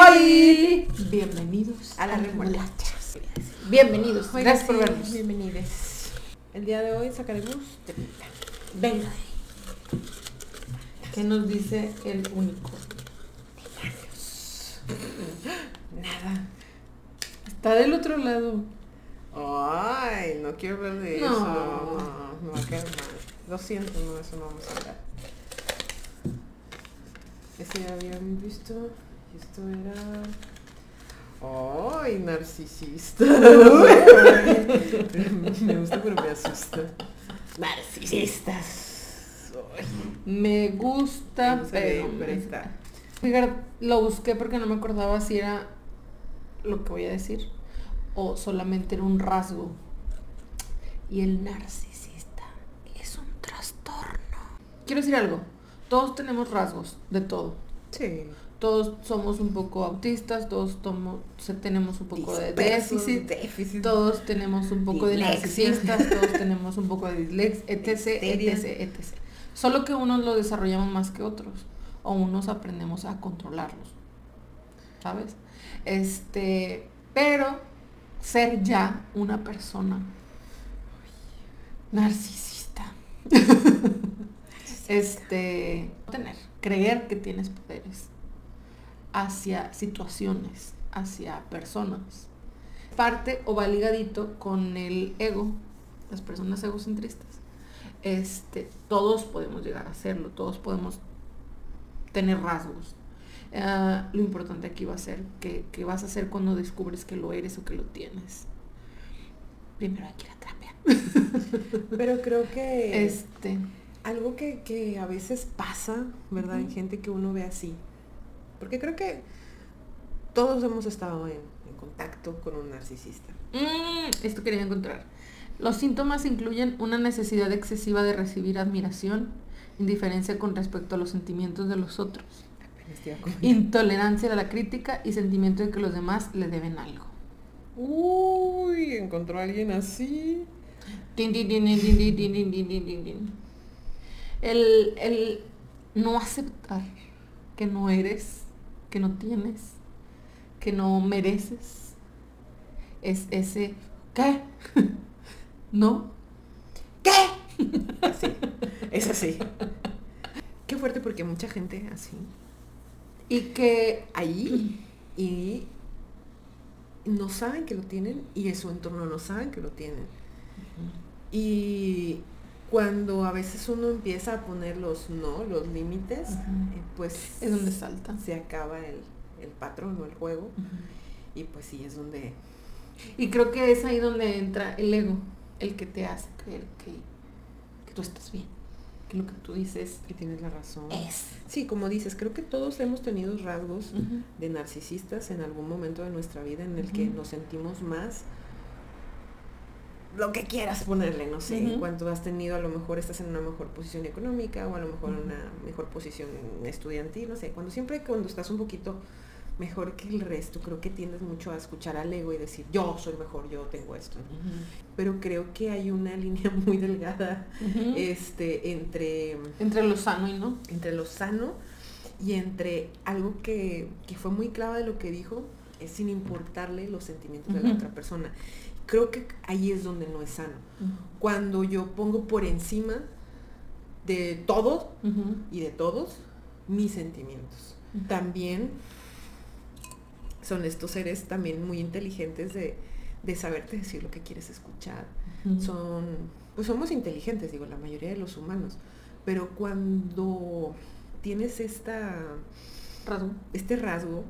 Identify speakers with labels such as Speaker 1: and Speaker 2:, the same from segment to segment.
Speaker 1: ¡Hoy! Bienvenidos
Speaker 2: a la remolacha.
Speaker 1: Bienvenidos,
Speaker 2: Oigan,
Speaker 1: gracias por
Speaker 2: sí,
Speaker 1: vernos.
Speaker 2: Bienvenidos. El día de hoy sacaremos temita.
Speaker 1: Venga. ¿Qué nos dice el único?
Speaker 2: Nada.
Speaker 1: Está del otro lado.
Speaker 2: Ay, no quiero hablar de
Speaker 1: No.
Speaker 2: eso. No, me va a caer mal. Lo siento, no, eso no vamos a hablar. Ese ya habían visto. Y esto era. ¡Ay, narcisista! Me gusta, pero me asusta. Narcisistas. Ay.
Speaker 1: Me gusta,
Speaker 2: No se
Speaker 1: pero
Speaker 2: ve, pero ahí está.
Speaker 1: Fíjate, lo busqué porque no me acordaba si era lo que voy a decir o solamente era un rasgo. Y el narcisista es un trastorno. Quiero decir algo. Todos tenemos rasgos de todo.
Speaker 2: Sí.
Speaker 1: Todos somos un poco autistas, todos tenemos un poco de déficit, todos tenemos un poco
Speaker 2: dislexia.
Speaker 1: de narcisistas, todos tenemos un poco de dislexia, etc. Solo que unos lo desarrollamos más que otros, o unos aprendemos a controlarlos, ¿sabes? Pero ser ya una persona narcisista, creer que tienes poderes hacia situaciones, hacia personas. Parte o va ligadito con el ego, las personas egocentristas. Todos podemos llegar a hacerlo, todos podemos tener rasgos. Lo importante aquí va a ser qué vas a hacer cuando descubres que lo eres o que lo tienes. Primero hay que ir a terapia.
Speaker 2: Pero creo que algo que a veces pasa, ¿verdad? En gente que uno ve así. Porque creo que todos hemos estado en contacto con un narcisista.
Speaker 1: Esto quería encontrar. Los síntomas incluyen una necesidad excesiva de recibir admiración, indiferencia con respecto a los sentimientos de los otros, intolerancia a la crítica y sentimiento de que los demás le deben algo.
Speaker 2: Uy, encontró a alguien así.
Speaker 1: El no aceptar que no eres, que no tienes, que no mereces, es ese ¿qué? ¿No? ¿Qué?
Speaker 2: Así, es así. Qué fuerte porque mucha gente así.
Speaker 1: Y que
Speaker 2: ahí y no saben que lo tienen y en su entorno no saben que lo tienen. Y cuando a veces uno empieza a poner los límites, pues
Speaker 1: es donde salta.
Speaker 2: Se acaba el patrón o el juego. Y pues sí, es donde...
Speaker 1: Y creo que es ahí donde entra el ego, el que te hace creer que tú estás bien, que lo que tú dices...
Speaker 2: Que tienes la razón.
Speaker 1: Es.
Speaker 2: Sí, como dices, creo que todos hemos tenido rasgos de narcisistas en algún momento de nuestra vida en el que nos sentimos más... Lo que quieras ponerle, no sé, en cuanto has tenido, a lo mejor estás en una mejor posición económica o a lo mejor en una mejor posición estudiantil, no sé, cuando estás un poquito mejor que el resto, creo que tiendes mucho a escuchar al ego y decir, yo soy mejor, yo tengo esto, ¿no? Pero creo que hay una línea muy delgada
Speaker 1: entre lo sano y no.
Speaker 2: Entre lo sano y entre algo que fue muy clave de lo que dijo, es sin importarle los sentimientos de la otra persona. Creo que ahí es donde no es sano. Cuando yo pongo por encima de todo y de todos mis sentimientos. También son estos seres también muy inteligentes de saberte decir lo que quieres escuchar. Pues somos inteligentes, digo, la mayoría de los humanos. Pero cuando tienes este rasgo,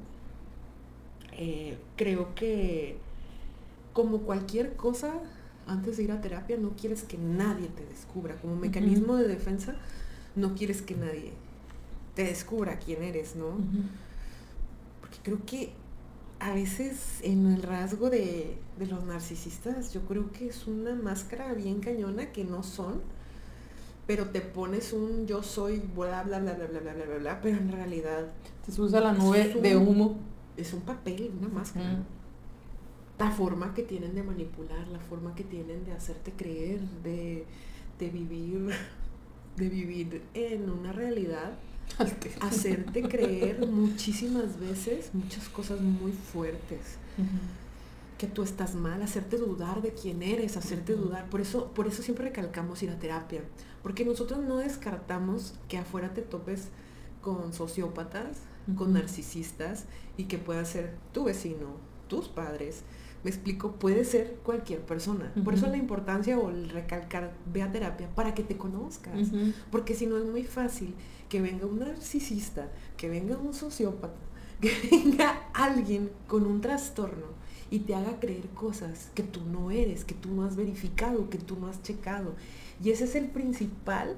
Speaker 2: creo que como cualquier cosa, antes de ir a terapia, no quieres que nadie te descubra. Como mecanismo de defensa, no quieres que nadie te descubra quién eres, ¿no? Porque creo que a veces en el rasgo de los narcisistas, yo creo que es una máscara bien cañona que no son, pero te pones un yo soy bla bla bla bla bla bla bla bla, pero en realidad
Speaker 1: te subes a la nube de humo.
Speaker 2: Es un papel, una máscara. La forma que tienen de manipular, la forma que tienen de hacerte creer, de vivir en una realidad hacerte creer muchísimas veces muchas cosas muy fuertes. Que tú estás mal, hacerte dudar de quién eres, hacerte dudar. Por eso siempre recalcamos ir a terapia. Porque nosotros no descartamos que afuera te topes con sociópatas, con narcisistas, y que pueda ser tu vecino, tus padres. Me explico, puede ser cualquier persona. Por eso la importancia o el recalcar, ve a terapia para que te conozcas. Porque si no es muy fácil que venga un narcisista, que venga un sociópata, que venga alguien con un trastorno y te haga creer cosas que tú no eres, que tú no has verificado, que tú no has checado. Y ese es el principal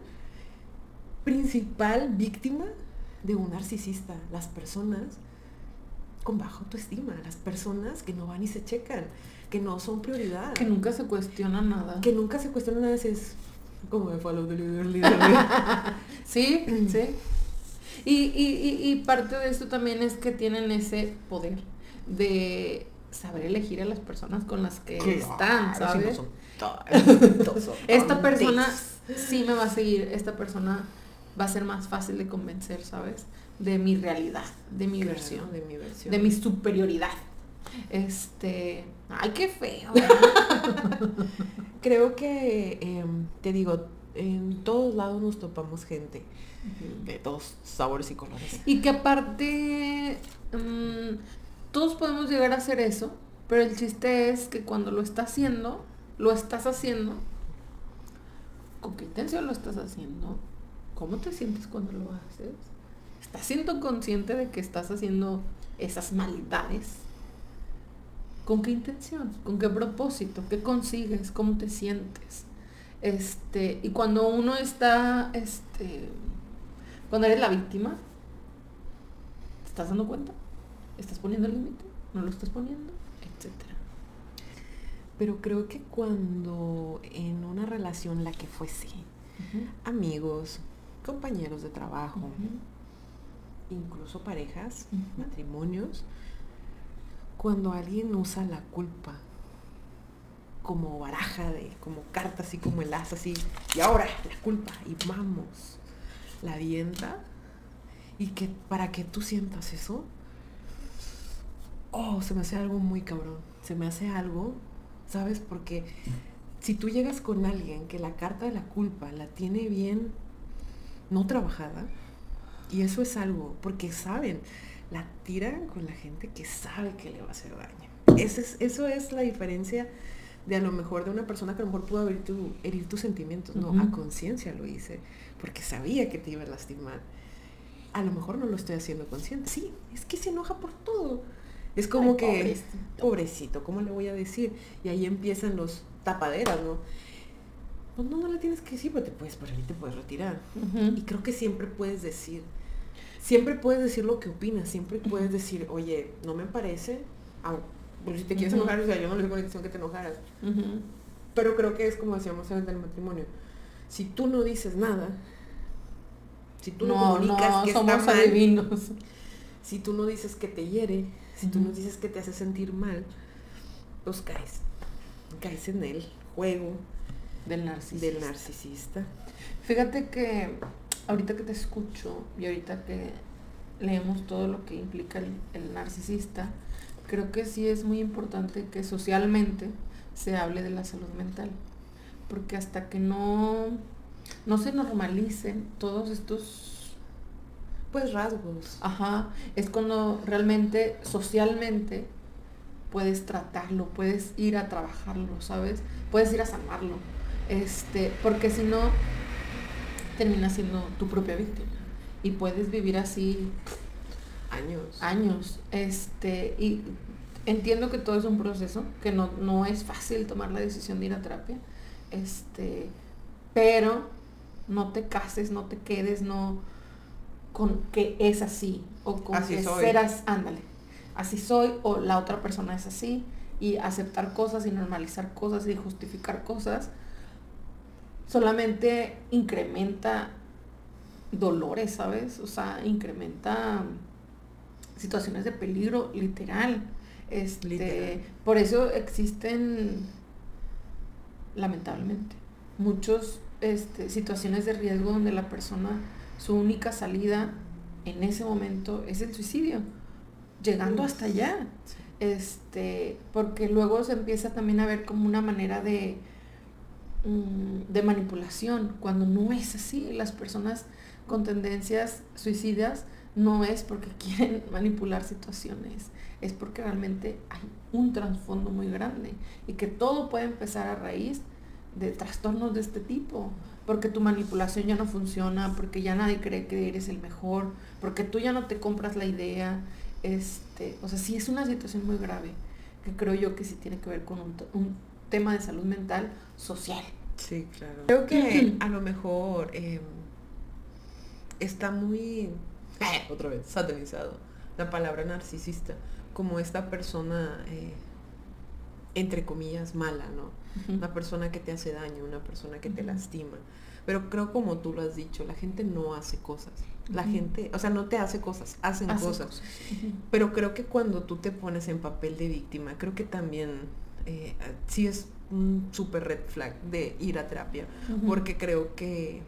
Speaker 2: víctima de un narcisista. Las personas con baja autoestima, las personas que no van y se checan, que no son prioridad.
Speaker 1: Que nunca se cuestiona nada.
Speaker 2: Es como me follow the líder.
Speaker 1: Sí, sí. Y parte de esto también es que tienen ese poder de saber elegir a las personas con las que están, ¿sabes?
Speaker 2: Si
Speaker 1: Esta persona sí me va a seguir, esta persona va a ser más fácil de convencer, ¿sabes? De mi realidad, de mi versión, de mi superioridad. Ay, qué feo.
Speaker 2: Creo que, te digo, en todos lados nos topamos gente de todos sabores y colores.
Speaker 1: Y que aparte, todos podemos llegar a hacer eso, pero el chiste es que cuando lo estás haciendo, ¿con qué intención lo estás haciendo? ¿Cómo te sientes cuando lo haces? ¿Estás siendo consciente de que estás haciendo esas maldades? ¿Con qué intención? ¿Con qué propósito? ¿Qué consigues? ¿Cómo te sientes? Y cuando uno está, cuando eres la víctima, ¿te estás dando cuenta? ¿Estás poniendo el límite? ¿No lo estás poniendo? Etcétera.
Speaker 2: Pero creo que cuando en una relación, la que fuese, amigos, compañeros de trabajo, incluso parejas, matrimonios, cuando alguien usa la culpa como baraja, como carta, así como el as, así, y ahora la culpa, y vamos, la avienta, y que para que tú sientas eso, se me hace algo muy cabrón, se me hace algo, ¿sabes? Porque si tú llegas con alguien que la carta de la culpa la tiene bien no trabajada, y eso es algo, porque saben, la tiran con la gente que sabe que le va a hacer daño. Eso es la diferencia de a lo mejor de una persona que a lo mejor pudo herir tus sentimientos. No, a conciencia lo hice, porque sabía que te iba a lastimar. A lo mejor no lo estoy haciendo consciente. Sí, es que se enoja por todo. Es como que, pobrecito, ¿cómo le voy a decir? Y ahí empiezan los tapaderas, ¿no? Pues no le tienes que decir, pero te puedes retirar. Y creo que siempre puedes decir lo que opinas, siempre puedes decir, oye, no me parece, pues si te quieres enojar, o sea, yo no le digo la intención que te enojaras. Pero creo que es como decíamos antes del matrimonio. Si tú no dices nada, si tú no comunicas que
Speaker 1: somos
Speaker 2: está
Speaker 1: adivinos.
Speaker 2: mal, si tú no dices que te hiere, si tú no dices que te hace sentir mal, pues caes en el juego
Speaker 1: del narcisista. Fíjate que ahorita que te escucho y ahorita que leemos todo lo que implica el narcisista, creo que sí es muy importante que socialmente se hable de la salud mental, porque hasta que no se normalicen todos estos
Speaker 2: pues rasgos,
Speaker 1: es cuando realmente socialmente puedes tratarlo, puedes ir a trabajarlo, ¿sabes? Puedes ir a sanarlo, porque si no terminas siendo tu propia víctima y puedes vivir así años. Y entiendo que todo es un proceso, que no es fácil tomar la decisión de ir a terapia, pero no te cases, no te quedes, no con que es así, o con
Speaker 2: así
Speaker 1: que
Speaker 2: soy.
Speaker 1: serás, ándale, así soy, o la otra persona es así, y aceptar cosas y normalizar cosas y justificar cosas solamente incrementa dolores, ¿sabes? O sea, incrementa situaciones de peligro literal. Por eso existen, lamentablemente, muchos situaciones de riesgo donde la persona su única salida en ese momento es el suicidio, llegando hasta allá. Porque luego se empieza también a ver como una manera de manipulación, cuando no es así. Las personas con tendencias suicidas no es porque quieren manipular situaciones, es porque realmente hay un trasfondo muy grande y que todo puede empezar a raíz de trastornos de este tipo, porque tu manipulación ya no funciona, porque ya nadie cree que eres el mejor, porque tú ya no te compras la idea. O sea, sí es una situación muy grave, que creo yo que sí tiene que ver con un tema de salud mental social.
Speaker 2: Sí, claro. Creo que a lo mejor está muy, otra vez, satanizado la palabra narcisista, como esta persona, entre comillas, mala, ¿no? Uh-huh. Una persona que te hace daño, una persona que te lastima. Pero creo, como tú lo has dicho, la gente no hace cosas. La gente, o sea, no te hace cosas, hacen cosas. Pero creo que cuando tú te pones en papel de víctima, creo que también sí es un súper red flag de ir a terapia. Porque creo que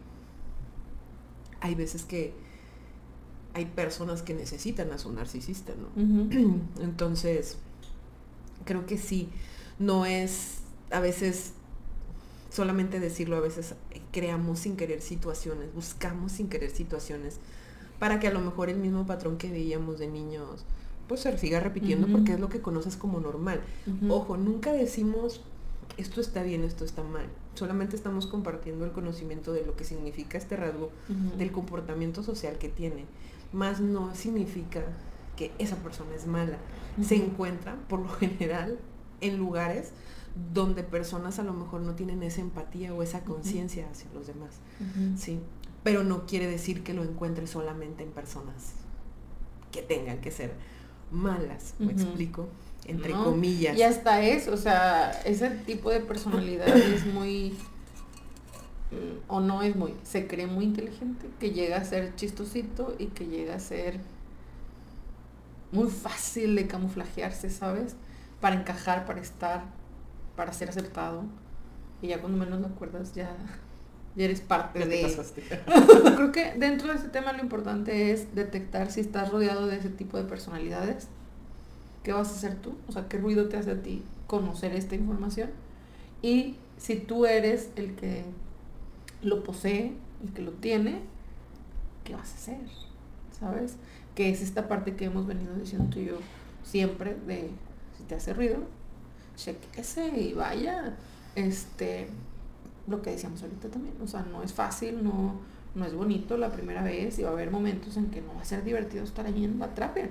Speaker 2: hay veces que hay personas que necesitan a su narcisista, ¿no? Entonces, creo que sí, no es a veces solamente decirlo, a veces creamos sin querer situaciones, buscamos sin querer situaciones para que a lo mejor el mismo patrón que veíamos de niños pues se siga repitiendo, porque es lo que conoces como normal. Ojo, nunca decimos esto está bien, esto está mal, solamente estamos compartiendo el conocimiento de lo que significa este rasgo, del comportamiento social que tiene, más no significa que esa persona es mala. Se encuentra por lo general en lugares donde personas a lo mejor no tienen esa empatía o esa conciencia hacia los demás, sí, pero no quiere decir que lo encuentre solamente en personas que tengan que ser malas, ¿me explico? Entre comillas.
Speaker 1: Y hasta eso, o sea, ese tipo de personalidad es muy, o no es muy, se cree muy inteligente, que llega a ser chistosito y que llega a ser muy fácil de camuflajearse, ¿sabes? Para encajar, para estar, para ser aceptado, y ya cuando menos lo acuerdas ya eres parte de... Creo que dentro de este tema lo importante es detectar si estás rodeado de ese tipo de personalidades. ¿Qué vas a hacer tú? O sea, ¿qué ruido te hace a ti conocer esta información? Y si tú eres el que lo posee, el que lo tiene, ¿qué vas a hacer? ¿Sabes? Que es esta parte que hemos venido diciendo tú y yo siempre, de si te hace ruido, chequese y vaya, lo que decíamos ahorita también, o sea, no es fácil, no es bonito la primera vez, y va a haber momentos en que no va a ser divertido estar allí en la terapia,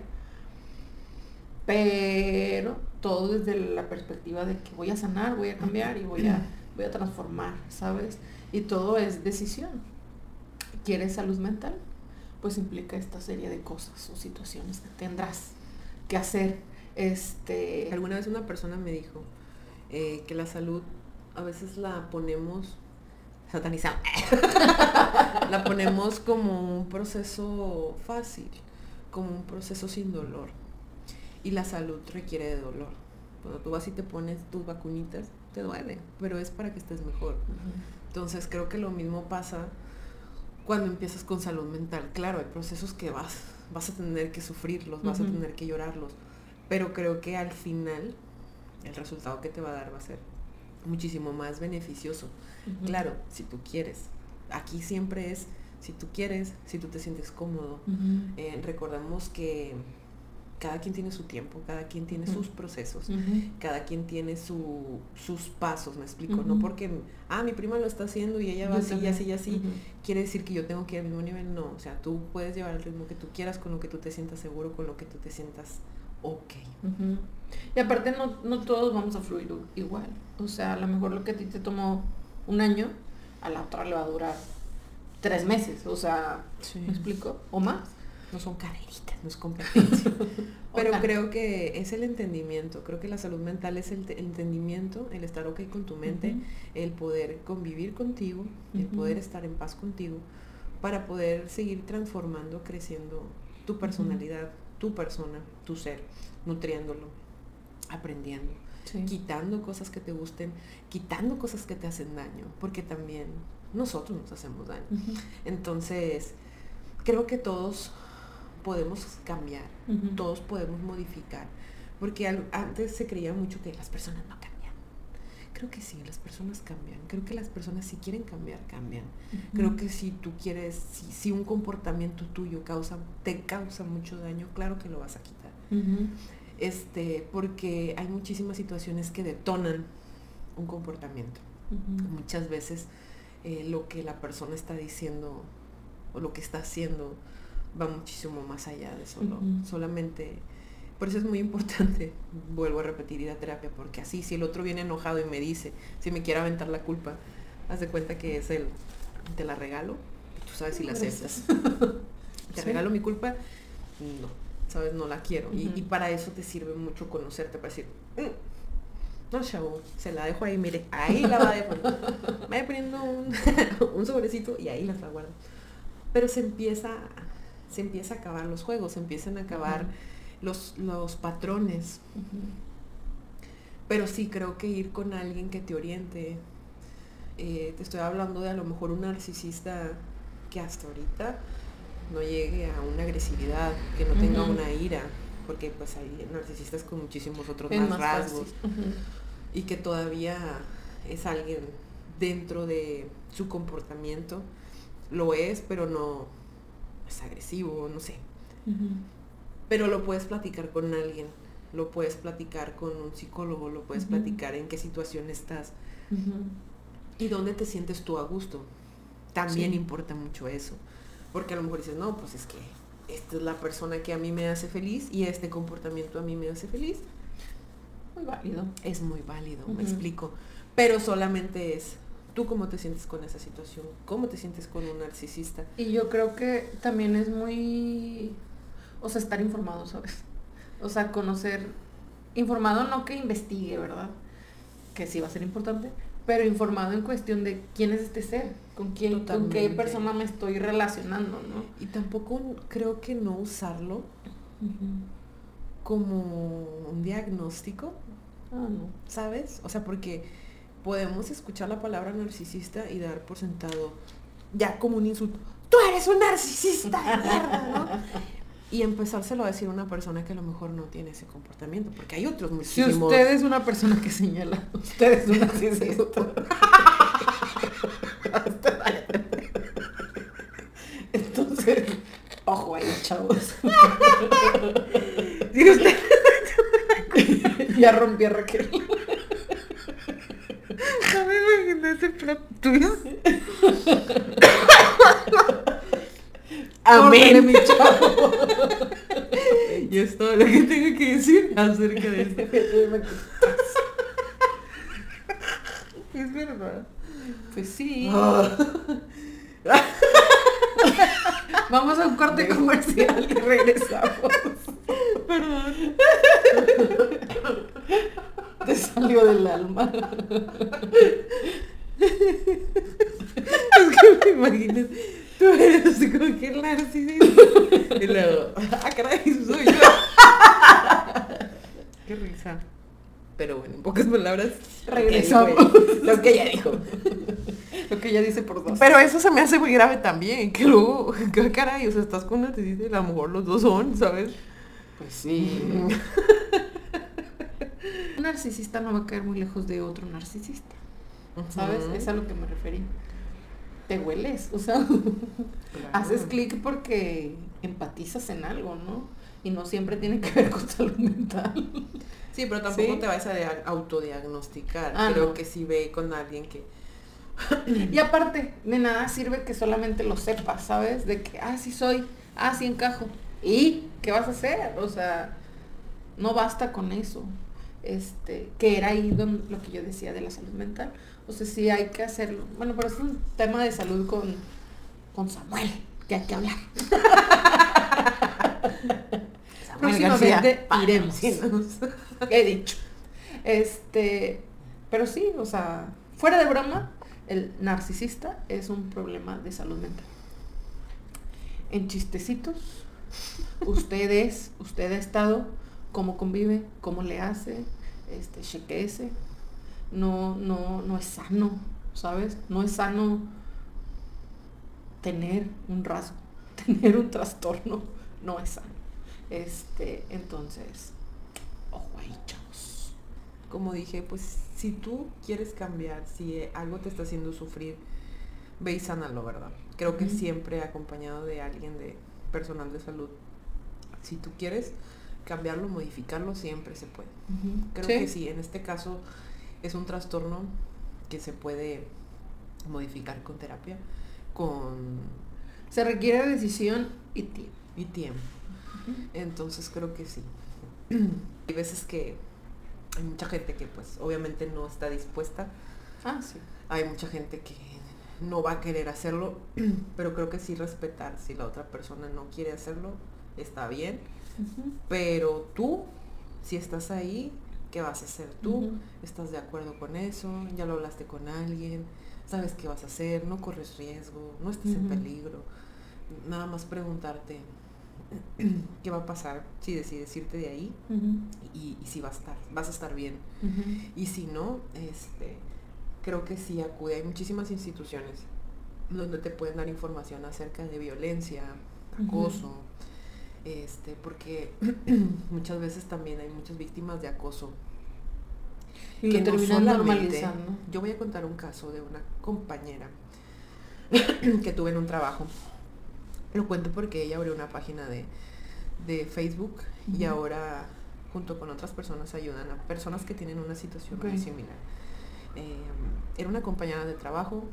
Speaker 1: pero todo desde la perspectiva de que voy a sanar, voy a cambiar y voy a transformar, ¿sabes? Y todo es decisión. ¿Quieres salud mental? Pues implica esta serie de cosas o situaciones que tendrás que hacer.
Speaker 2: Alguna vez una persona me dijo que la salud a veces la ponemos satanizada. La ponemos como un proceso fácil, como un proceso sin dolor. Y la salud requiere de dolor. Cuando tú vas y te pones tus vacunitas, te duele, pero es para que estés mejor. Entonces creo que lo mismo pasa cuando empiezas con salud mental. Claro, hay procesos que vas a tener que sufrirlos, vas a tener que llorarlos, pero creo que al final el resultado que te va a dar va a ser muchísimo más beneficioso. Claro, si tú quieres. Aquí siempre es si tú quieres, si tú te sientes cómodo. Recordamos que cada quien tiene su tiempo, cada quien tiene sus procesos, cada quien tiene sus pasos, ¿me explico? No porque, mi prima lo está haciendo y ella va así y así y así, quiere decir que yo tengo que ir al mismo nivel. No, o sea, tú puedes llevar el ritmo que tú quieras, con lo que tú te sientas seguro, con lo que tú te sientas ok.
Speaker 1: Y aparte no todos vamos a fluir igual. O sea, a lo mejor lo que a ti te tomó un año, a la otra le va a durar 3 meses, o sea, ¿me explico? ¿O más?
Speaker 2: No son carreritas, no es competencia. Pero creo que es el entendimiento. Creo que la salud mental es el entendimiento, el estar ok con tu mente, el poder convivir contigo, el poder estar en paz contigo, para poder seguir transformando, creciendo tu personalidad, tu persona, tu ser, nutriéndolo, aprendiendo, quitando cosas que te gusten, quitando cosas que te hacen daño, porque también nosotros nos hacemos daño. Entonces, creo que todos podemos cambiar,
Speaker 1: Uh-huh.
Speaker 2: todos podemos modificar, porque antes se creía mucho que las personas no cambian. Creo que sí, las personas cambian. Creo que las personas si quieren cambiar, cambian.
Speaker 1: Uh-huh.
Speaker 2: Creo que si tú quieres, si un comportamiento tuyo te causa mucho daño, claro que lo vas a quitar.
Speaker 1: Uh-huh.
Speaker 2: Porque hay muchísimas situaciones que detonan un comportamiento.
Speaker 1: Uh-huh.
Speaker 2: Muchas veces lo que la persona está diciendo o lo que está haciendo va muchísimo más allá de solamente. Por eso es muy importante, vuelvo a repetir, ir a terapia, porque así si el otro viene enojado y me dice, si me quiere aventar la culpa, haz de cuenta que es te la regalo, y tú sabes si la aceptas. Te regalo mi culpa, no, sabes, no la quiero. Y para eso te sirve mucho conocerte, para decir, no, chavo, se la dejo ahí, mire, ahí la va a dejar. Vaya poniendo un sobrecito y ahí la guardo. Pero se empieza a acabar los juegos, se empiezan a acabar los patrones. Pero sí creo que ir con alguien que te oriente. Te estoy hablando de a lo mejor un narcisista que hasta ahorita no llegue a una agresividad, que no tenga una ira, porque pues hay narcisistas con muchísimos otros más rasgos, y que todavía es alguien dentro de su comportamiento, lo es, pero no es agresivo, no sé. Pero lo puedes platicar con alguien, lo puedes platicar con un psicólogo, lo puedes platicar en qué situación estás y dónde te sientes tú a gusto. También importa mucho eso, porque a lo mejor dices, no, pues es que esta es la persona que a mí me hace feliz y este comportamiento a mí me hace feliz.
Speaker 1: Muy válido.
Speaker 2: Es muy válido, me explico. Pero solamente es tú cómo te sientes con esa situación, cómo te sientes con un narcisista.
Speaker 1: Y yo creo que también es muy... O sea, estar informado, ¿sabes? O sea, conocer... Informado no que investigue, ¿verdad? Que sí va a ser importante, pero informado en cuestión de quién es este ser, con qué persona me estoy relacionando, ¿no?
Speaker 2: Y tampoco creo que no usarlo como un diagnóstico,
Speaker 1: no.
Speaker 2: ¿Sabes? O sea, porque podemos escuchar la palabra narcisista y dar por sentado ya como un insulto. ¡Tú eres un narcisista de mierda!, ¿no? Y empezárselo a decir a una persona que a lo mejor no tiene ese comportamiento, porque hay otros muchísimos.
Speaker 1: Si usted es una persona que señala, usted es un narcisista. Entonces, ojo ahí, chavos.
Speaker 2: Si usted
Speaker 1: ya rompí a Raquel.
Speaker 2: No me imaginé ese plot twist.
Speaker 1: Amén, mi chavo.
Speaker 2: Y es todo lo que tengo que decir acerca de esto.
Speaker 1: Es verdad. Pues sí. Vamos a un corte comercial y regresamos.
Speaker 2: Perdón.
Speaker 1: Te salió del alma.
Speaker 2: Es que me imaginas, tú eres así como que el narcisista. Y luego, caray, soy yo. Qué risa. Pero bueno, en pocas palabras,
Speaker 1: regresamos.
Speaker 2: Lo que ella dijo.
Speaker 1: Lo que ella dice por dos.
Speaker 2: Pero eso se me hace muy grave también, que luego, caray, o sea, estás con un narcisista y a lo mejor los dos son, ¿sabes?
Speaker 1: Pues sí. Un narcisista no va a caer muy lejos de otro narcisista, ¿sabes? Es a lo que me referí. Te hueles, o sea, haces clic porque empatizas en algo, ¿no? Y no siempre tiene que ver con salud mental.
Speaker 2: Sí, pero tampoco te vas a autodiagnosticar. Creo que sí ve con alguien que...
Speaker 1: Y aparte, de nada sirve que solamente lo sepas, ¿sabes? De que, sí soy, sí encajo. ¿Y qué vas a hacer? O sea, no basta con eso. Que era ahí lo que yo decía de la salud mental. O sea, sí hay que hacerlo. Bueno, pero es un tema de salud con Samuel, que hay que hablar. Próximamente iremos. He dicho. Pero sí, o sea, fuera de broma, el narcisista es un problema de salud mental. En chistecitos, usted ha estado, cómo convive, cómo le hace, chequéese. No es sano, ¿sabes? No es sano tener un rasgo, tener un trastorno no es sano. Entonces, ojo ahí, chavos.
Speaker 2: Como dije, pues si tú quieres cambiar, si algo te está haciendo sufrir, ve y sánalo, ¿verdad? Creo que siempre acompañado de alguien de personal de salud. Si tú quieres cambiarlo, modificarlo, siempre se puede. Creo que sí, en este caso es un trastorno que se puede modificar con terapia,
Speaker 1: se requiere decisión y tiempo.
Speaker 2: Entonces creo que sí. Hay veces que hay mucha gente que pues obviamente no está dispuesta.
Speaker 1: Sí.
Speaker 2: Hay mucha gente que no va a querer hacerlo, pero creo que sí respetar si la otra persona no quiere hacerlo, está bien. Pero tú, si estás ahí, ¿qué vas a hacer tú? ¿Estás de acuerdo con eso? ¿Ya lo hablaste con alguien? ¿Sabes qué vas a hacer? ¿No corres riesgo? ¿No estás en peligro? Nada más preguntarte qué va a pasar si decides irte de ahí y si vas a estar bien. Y si no, creo que sí acude. Hay muchísimas instituciones donde te pueden dar información acerca de violencia, acoso, porque muchas veces también hay muchas víctimas de acoso.
Speaker 1: Y que terminan normalizando.
Speaker 2: Yo voy a contar un caso de una compañera que tuve en un trabajo. Lo cuento porque ella abrió una página de Facebook y ahora junto con otras personas ayudan a personas que tienen una situación muy similar. Era una compañera de trabajo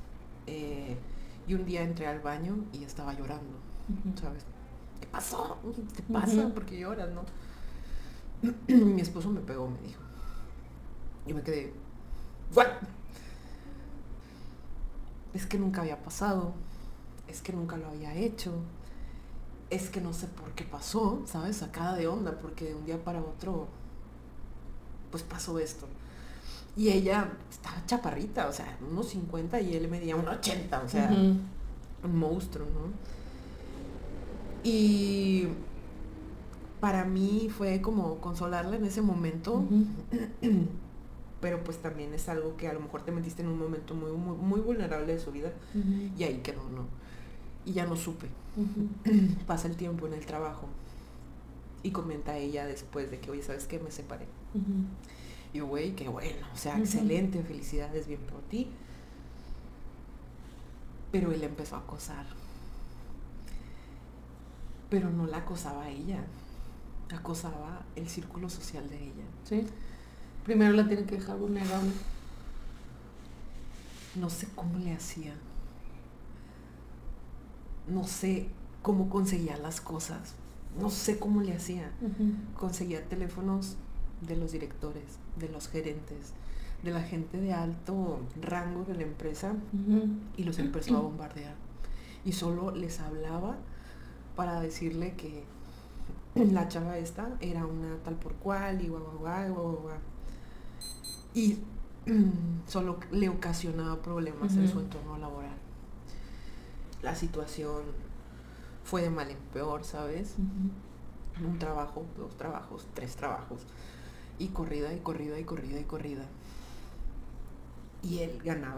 Speaker 2: y un día entré al baño y estaba llorando, ¿sabes? ¿Qué pasó? ¿Qué pasa? ¿Por qué lloras, no? Mi esposo me pegó, me dijo. Yo me quedé, ¿what? Es que nunca había pasado, es que nunca lo había hecho, es que no sé por qué pasó, ¿sabes? Sacada de onda, porque de un día para otro, pues pasó esto. Y ella estaba chaparrita, o sea, unos 50 y él medía unos 80, o sea, un monstruo, ¿no? Y para mí fue como consolarla en ese momento, pero pues también es algo que a lo mejor te metiste en un momento muy, muy, muy vulnerable de su vida y ahí quedó, ¿no? Y ya no supe. Pasa el tiempo en el trabajo y comenta ella después de que, oye, ¿sabes qué? Me separé. Y yo, güey, qué bueno, o sea, excelente, felicidades, bien por ti. Pero él empezó a acosar. Pero no la acosaba a ella, acosaba el círculo social de ella.
Speaker 1: Sí. Primero la tienen que dejar vulnerable.
Speaker 2: No sé cómo le hacía. No sé cómo conseguía las cosas. No sé cómo le hacía. Conseguía teléfonos de los directores, de los gerentes, de la gente de alto rango de la empresa y los empezó a bombardear. Y solo les hablaba para decirle que la chava esta era una tal por cual y guau. Y solo le ocasionaba problemas en su entorno laboral. La situación fue de mal en peor, ¿sabes? Un trabajo, 2 trabajos, 3 trabajos. Y corrida. Y él ganaba.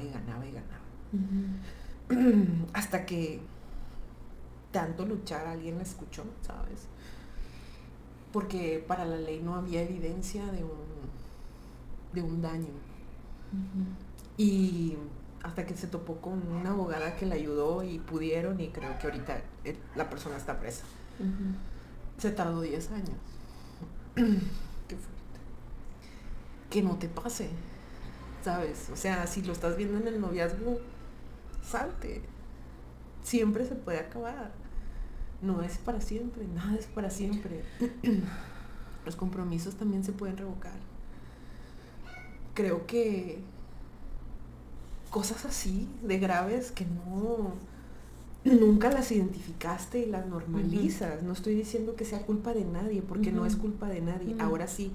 Speaker 2: Hasta que tanto luchar alguien la escuchó, ¿sabes? Porque para la ley no había evidencia de un daño. Y hasta que se topó con una abogada que la ayudó y pudieron, y creo que ahorita la persona está presa. Se tardó 10 años. Qué fuerte. Que no te pase, ¿sabes? O sea, si lo estás viendo en el noviazgo, salte. Siempre se puede acabar. No es para siempre, nada es para siempre. Los compromisos también se pueden revocar. Creo que cosas así de graves que nunca las identificaste y las normalizas. No estoy diciendo que sea culpa de nadie, porque no es culpa de nadie. Ahora sí,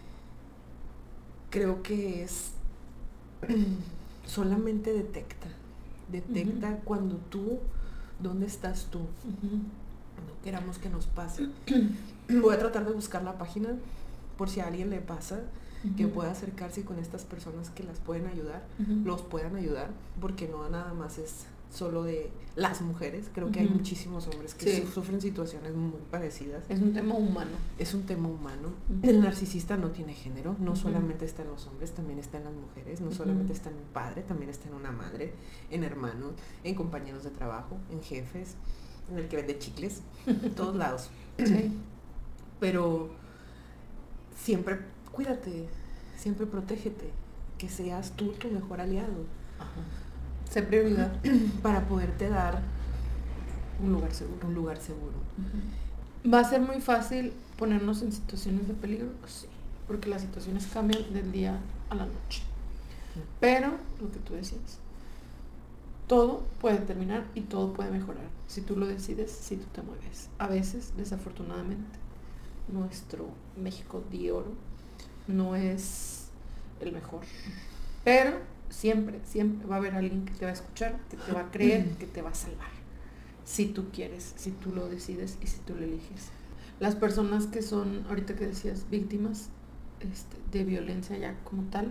Speaker 2: creo que es solamente detecta cuando tú, ¿dónde estás tú? No queramos que nos pase. Voy a tratar de buscar la página por si a alguien le pasa, que pueda acercarse con estas personas que las pueden ayudar, los puedan ayudar, porque no nada más es solo de las mujeres, creo que hay muchísimos hombres que sufren situaciones muy parecidas.
Speaker 1: Es un tema humano.
Speaker 2: Es un tema humano. El narcisista no tiene género, no solamente está en los hombres, también está en las mujeres, no solamente está en un padre, también está en una madre, en hermanos, en compañeros de trabajo, en jefes, en el que vende chicles, en todos lados.
Speaker 1: Sí.
Speaker 2: Pero siempre cuídate, siempre protégete, que seas tú tu mejor aliado.
Speaker 1: Ajá. Sé prioridad.
Speaker 2: Para poderte dar
Speaker 1: un lugar seguro.
Speaker 2: Un lugar seguro.
Speaker 1: ¿Va a ser muy fácil ponernos en situaciones de peligro? Sí, porque las situaciones cambian del día a la noche. Pero, lo que tú decías, todo puede terminar y todo puede mejorar. Si tú lo decides, si tú te mueves. A veces, desafortunadamente, nuestro México de oro no es el mejor. Pero siempre va a haber alguien que te va a escuchar, que te va a creer, que te va a salvar. Si tú quieres, si tú lo decides y si tú lo eliges. Las personas que son, ahorita que decías, víctimas de violencia ya como tal,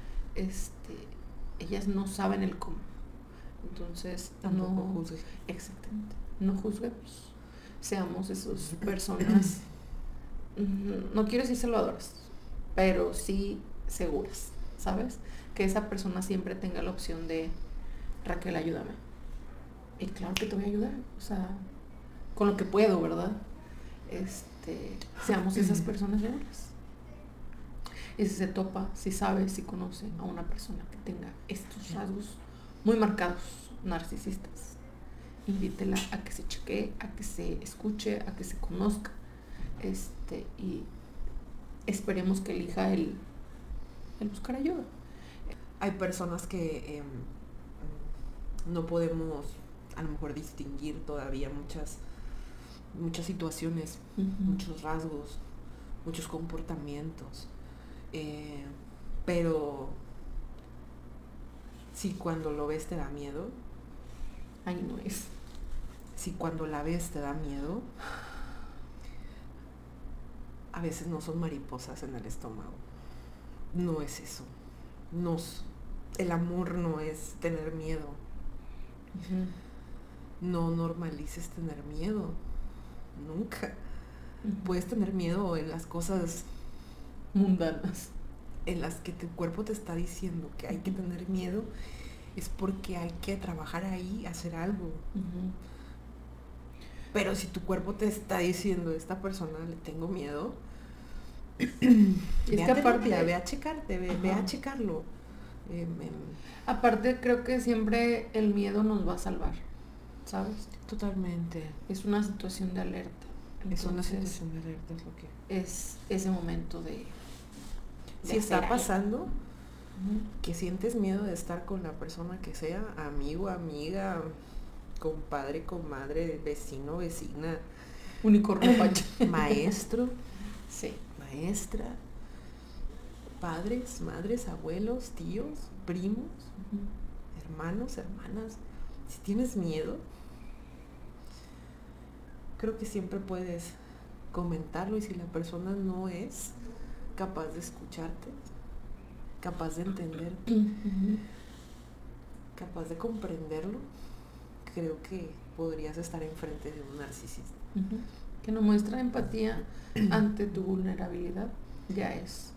Speaker 1: ellas no saben el cómo. Entonces,
Speaker 2: tampoco no juzgues.
Speaker 1: Exactamente. No juzguemos. Seamos esas personas, no quiero decir salvadoras, pero sí seguras, ¿sabes? Que esa persona siempre tenga la opción de, Raquel, ayúdame. Y claro que te voy a ayudar, o sea, con lo que puedo, ¿verdad? Seamos esas personas seguras. Y si se topa, si sabe, si conoce a una persona que tenga estos rasgos muy marcados, narcisistas, invítela a que se chequee, a que se escuche, a que se conozca, y esperemos que elija el buscar ayuda.
Speaker 2: Hay personas que no podemos a lo mejor distinguir todavía muchas situaciones, muchos rasgos, muchos comportamientos, pero si cuando lo ves te da miedo,
Speaker 1: ahí no es.
Speaker 2: Si cuando la ves te da miedo, a veces no son mariposas en el estómago. No es eso. El amor no es tener miedo. No normalices tener miedo. Nunca. Puedes tener miedo en las cosas
Speaker 1: mundanas,
Speaker 2: en las que tu cuerpo te está diciendo que hay que tener miedo. Es porque hay que trabajar ahí, hacer algo. Pero si tu cuerpo te está diciendo, esta persona le tengo miedo, ve a checarte, ve a checarlo.
Speaker 1: Aparte, creo que siempre el miedo nos va a salvar, ¿sabes?
Speaker 2: Totalmente.
Speaker 1: Es una situación de alerta. Entonces,
Speaker 2: es una situación de alerta, es lo que
Speaker 1: es ese momento de
Speaker 2: si está pasando, que sientes miedo de estar con la persona que sea, amigo, amiga, compadre, comadre, vecino, vecina,
Speaker 1: unicornio pacha,
Speaker 2: maestro,
Speaker 1: sí,
Speaker 2: maestra, padres, madres, abuelos, tíos, primos, hermanos, hermanas. Si tienes miedo, creo que siempre puedes comentarlo, y si la persona no es capaz de escucharte, capaz de entenderte, capaz de comprenderlo, creo que podrías estar enfrente de un narcisista.
Speaker 1: Que no muestra empatía ante tu vulnerabilidad, ya es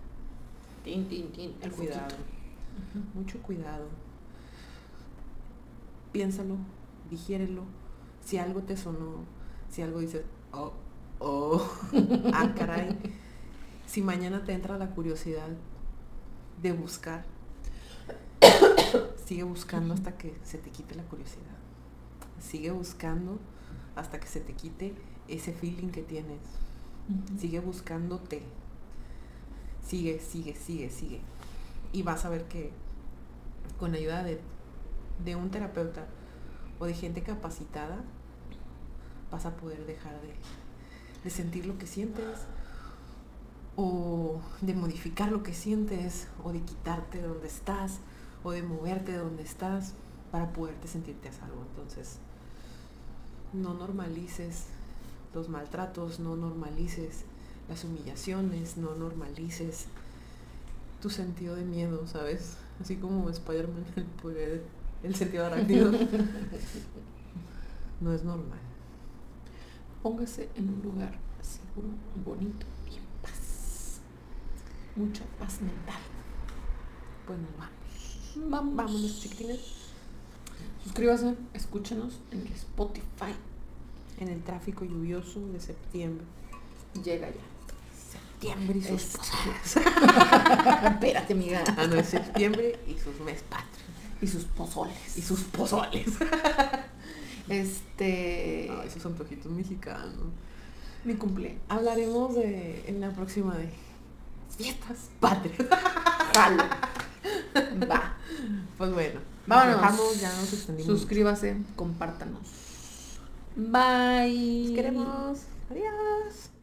Speaker 1: el
Speaker 2: cuidado. Mucho cuidado. Piénsalo, digiérelo. Si algo te sonó, si algo dices, ah, caray. Si mañana te entra la curiosidad de buscar, sigue buscando hasta que se te quite la curiosidad. Sigue buscando hasta que se te quite ese feeling que tienes. Sigue buscándote. Sigue. Y vas a ver que con ayuda de un terapeuta o de gente capacitada, vas a poder dejar de sentir lo que sientes, o de modificar lo que sientes, o de quitarte de donde estás, o de moverte de donde estás para poderte sentirte a salvo. Entonces, no normalices los maltratos, no normalices las humillaciones, no normalices tu sentido de miedo, ¿sabes? Así como Spider-Man, el poder el sentido arácnido. No es normal.
Speaker 1: Póngase en un lugar seguro, bonito y en paz. Mucha paz mental.
Speaker 2: Pues nos vamos. Vámonos, chiquitines.
Speaker 1: Suscríbase, escúchenos en el Spotify.
Speaker 2: En el tráfico lluvioso de septiembre.
Speaker 1: Llega ya.
Speaker 2: Septiembre y sus pozoles.
Speaker 1: Espérate, amiga.
Speaker 2: No, es septiembre y sus mes patrios.
Speaker 1: Y sus pozoles.
Speaker 2: Y sus pozoles. Esos antojitos mexicanos.
Speaker 1: Mi cumpleaños.
Speaker 2: Hablaremos en la próxima de fiestas patrias.
Speaker 1: Jalo. Va.
Speaker 2: Pues bueno.
Speaker 1: Vámonos.
Speaker 2: Dejamos, ya nos extendimos.
Speaker 1: Suscríbase, compártanos. Bye.
Speaker 2: Los queremos. Adiós.